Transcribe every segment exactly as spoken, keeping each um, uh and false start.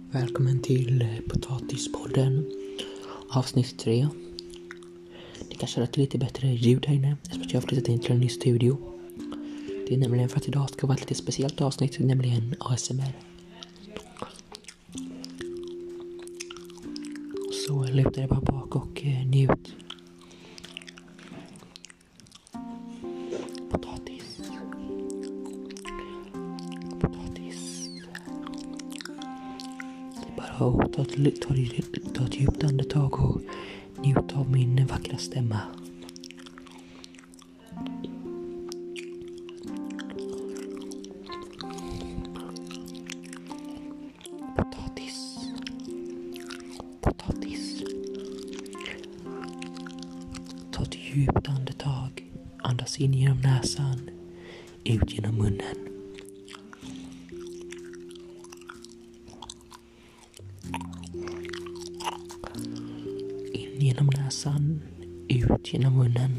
Välkommen till Potatispodden avsnitt tre. Det kanske är lite bättre ljud här inne, eftersom jag har flyttat in till en ny studio. Det är nämligen för att idag ska vara ett lite speciellt avsnitt, nämligen A S M R. Så luta dig bara bak och eh, njut. Potatis. Potatis. Det är bara att ta, ta, ta, ta ett djupt andetag och njut av min vackra stämma. Potatis. Potatis. Ta ett djupt andetag. Andas in genom näsan. Ut genom munnen. In genom näsan. Ut genom munnen.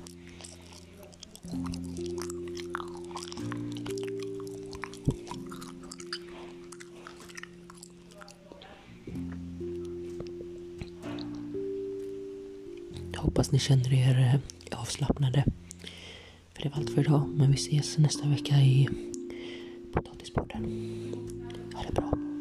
Jag hoppas ni känner er avslappnade. För det var allt för idag. Men vi ses nästa vecka i Potatispodden. Ha det bra.